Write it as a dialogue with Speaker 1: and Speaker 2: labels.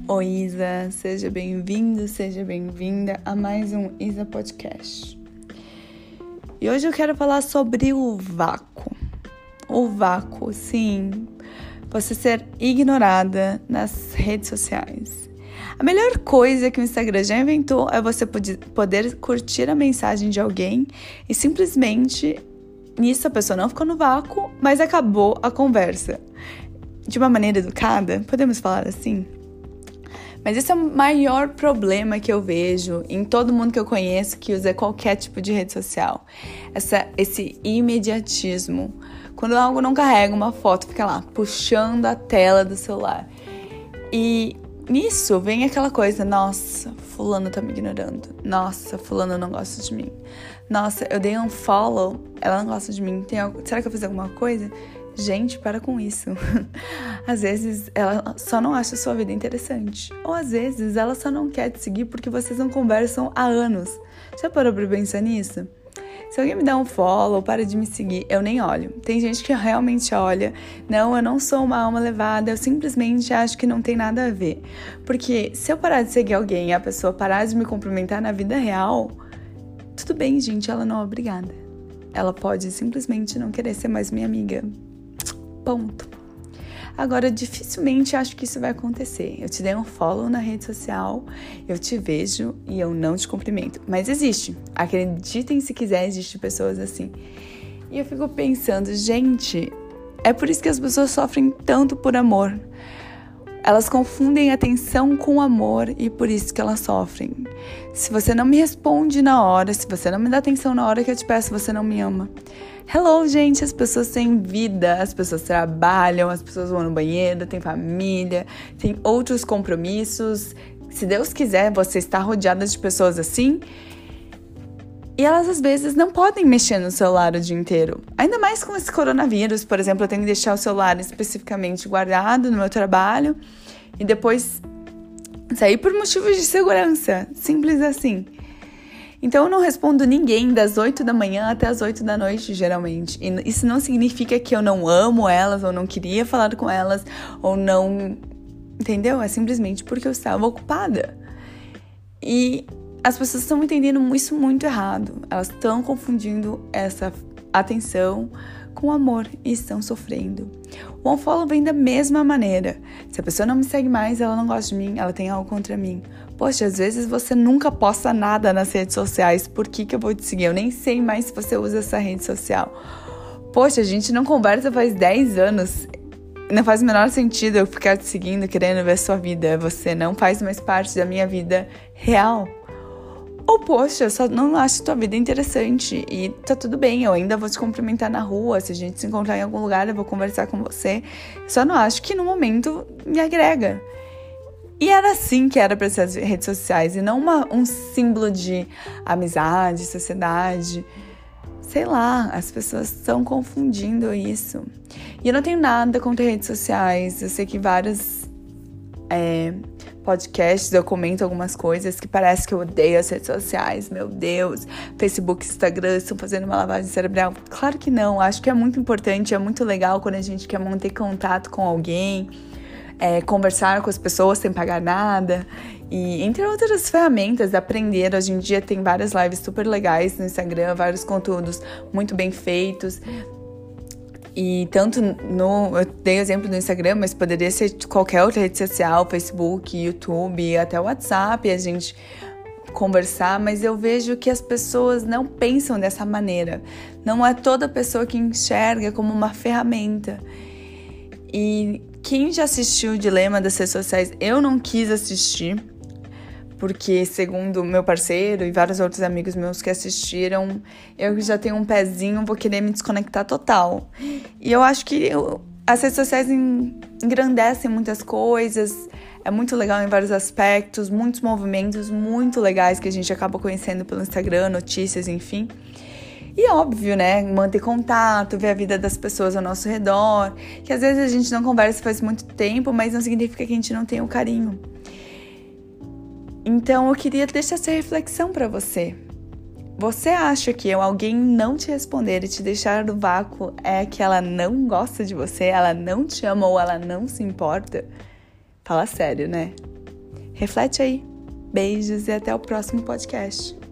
Speaker 1: Oi, Isa, seja bem-vindo, seja bem-vinda a mais um Isa Podcast. E hoje eu quero falar sobre o vácuo. O vácuo, sim, você ser ignorada nas redes sociais. A melhor coisa que o Instagram já inventou é você poder curtir a mensagem de alguém e simplesmente nisso a pessoa não ficou no vácuo, mas acabou a conversa. De uma maneira educada, podemos falar assim? Mas esse é o maior problema que eu vejo em todo mundo que eu conheço que usa qualquer tipo de rede social. Esse imediatismo. Quando algo não carrega uma foto, fica lá, puxando a tela do celular. E nisso vem aquela coisa, nossa, fulano tá me ignorando. Nossa, fulano não gosta de mim. Nossa, eu dei um follow, ela não gosta de mim. Será que eu fiz alguma coisa? Gente, para com isso. Às vezes, ela só não acha a sua vida interessante. Ou às vezes, ela só não quer te seguir porque vocês não conversam há anos. Já parou pra pensar nisso? Se alguém me dá um follow, para de me seguir, eu nem olho. Tem gente que realmente olha. Não, eu não sou uma alma levada, eu simplesmente acho que não tem nada a ver. Porque se eu parar de seguir alguém e a pessoa parar de me cumprimentar na vida real, tudo bem, gente, ela não é obrigada. Ela pode simplesmente não querer ser mais minha amiga. Ponto. Agora, dificilmente acho que isso vai acontecer. Eu te dei um follow na rede social, eu te vejo e eu não te cumprimento. Mas existe. Acreditem se quiser, existe pessoas assim. E eu fico pensando, gente, é por isso que as pessoas sofrem tanto por amor. Elas confundem atenção com amor e por isso que elas sofrem. Se você não me responde na hora, se você não me dá atenção na hora que eu te peço, você não me ama. Hello, gente, as pessoas têm vida, as pessoas trabalham, as pessoas vão no banheiro, têm família, têm outros compromissos. Se Deus quiser, você está rodeada de pessoas assim. E elas, às vezes, não podem mexer no celular o dia inteiro. Ainda mais com esse coronavírus, por exemplo, eu tenho que deixar o celular especificamente guardado no meu trabalho e depois sair por motivos de segurança. Simples assim. Então, eu não respondo ninguém das 8 da manhã até as 8 da noite, geralmente. E isso não significa que eu não amo elas, ou não queria falar com elas, ou não... Entendeu? É simplesmente porque eu estava ocupada. E as pessoas estão entendendo isso muito errado. Elas estão confundindo essa atenção com amor e estão sofrendo. O unfollow vem da mesma maneira. Se a pessoa não me segue mais, ela não gosta de mim, ela tem algo contra mim. Poxa, às vezes você nunca posta nada nas redes sociais, por que eu vou te seguir? Eu nem sei mais se você usa essa rede social. Poxa, a gente não conversa faz 10 anos. Não faz o menor sentido eu ficar te seguindo, querendo ver a sua vida. Você não faz mais parte da minha vida real. Ou, poxa, eu só não acho tua vida interessante e tá tudo bem, eu ainda vou te cumprimentar na rua, se a gente se encontrar em algum lugar eu vou conversar com você. Só não acho que no momento me agrega. E era assim que era para ser as redes sociais e não um símbolo de amizade, sociedade. Sei lá, as pessoas estão confundindo isso. E eu não tenho nada contra redes sociais, eu sei que vários podcasts eu comento algumas coisas que parece que eu odeio as redes sociais, meu Deus, Facebook, Instagram estão fazendo uma lavagem cerebral. Claro que não, acho que é muito importante, é muito legal quando a gente quer manter contato com alguém, conversar com as pessoas sem pagar nada e entre outras ferramentas, aprender. Hoje em dia tem várias lives super legais no Instagram, vários conteúdos muito bem feitos. E tanto eu dei o exemplo do Instagram, mas poderia ser qualquer outra rede social, Facebook, YouTube, até o WhatsApp, a gente conversar, mas eu vejo que as pessoas não pensam dessa maneira. Não é toda pessoa que enxerga como uma ferramenta. E quem já assistiu o Dilema das Redes Sociais, eu não quis assistir, porque segundo meu parceiro e vários outros amigos meus que assistiram, eu que já tenho um pezinho, vou querer me desconectar total. E eu acho que as redes sociais engrandecem muitas coisas, é muito legal em vários aspectos, muitos movimentos muito legais que a gente acaba conhecendo pelo Instagram, notícias, enfim. E óbvio, né, manter contato, ver a vida das pessoas ao nosso redor, que às vezes a gente não conversa faz muito tempo, mas não significa que a gente não tenha o carinho. Então, eu queria deixar essa reflexão para você. Você acha que alguém não te responder e te deixar no vácuo é que ela não gosta de você, ela não te ama ou ela não se importa? Fala sério, né? Reflete aí. Beijos e até o próximo podcast.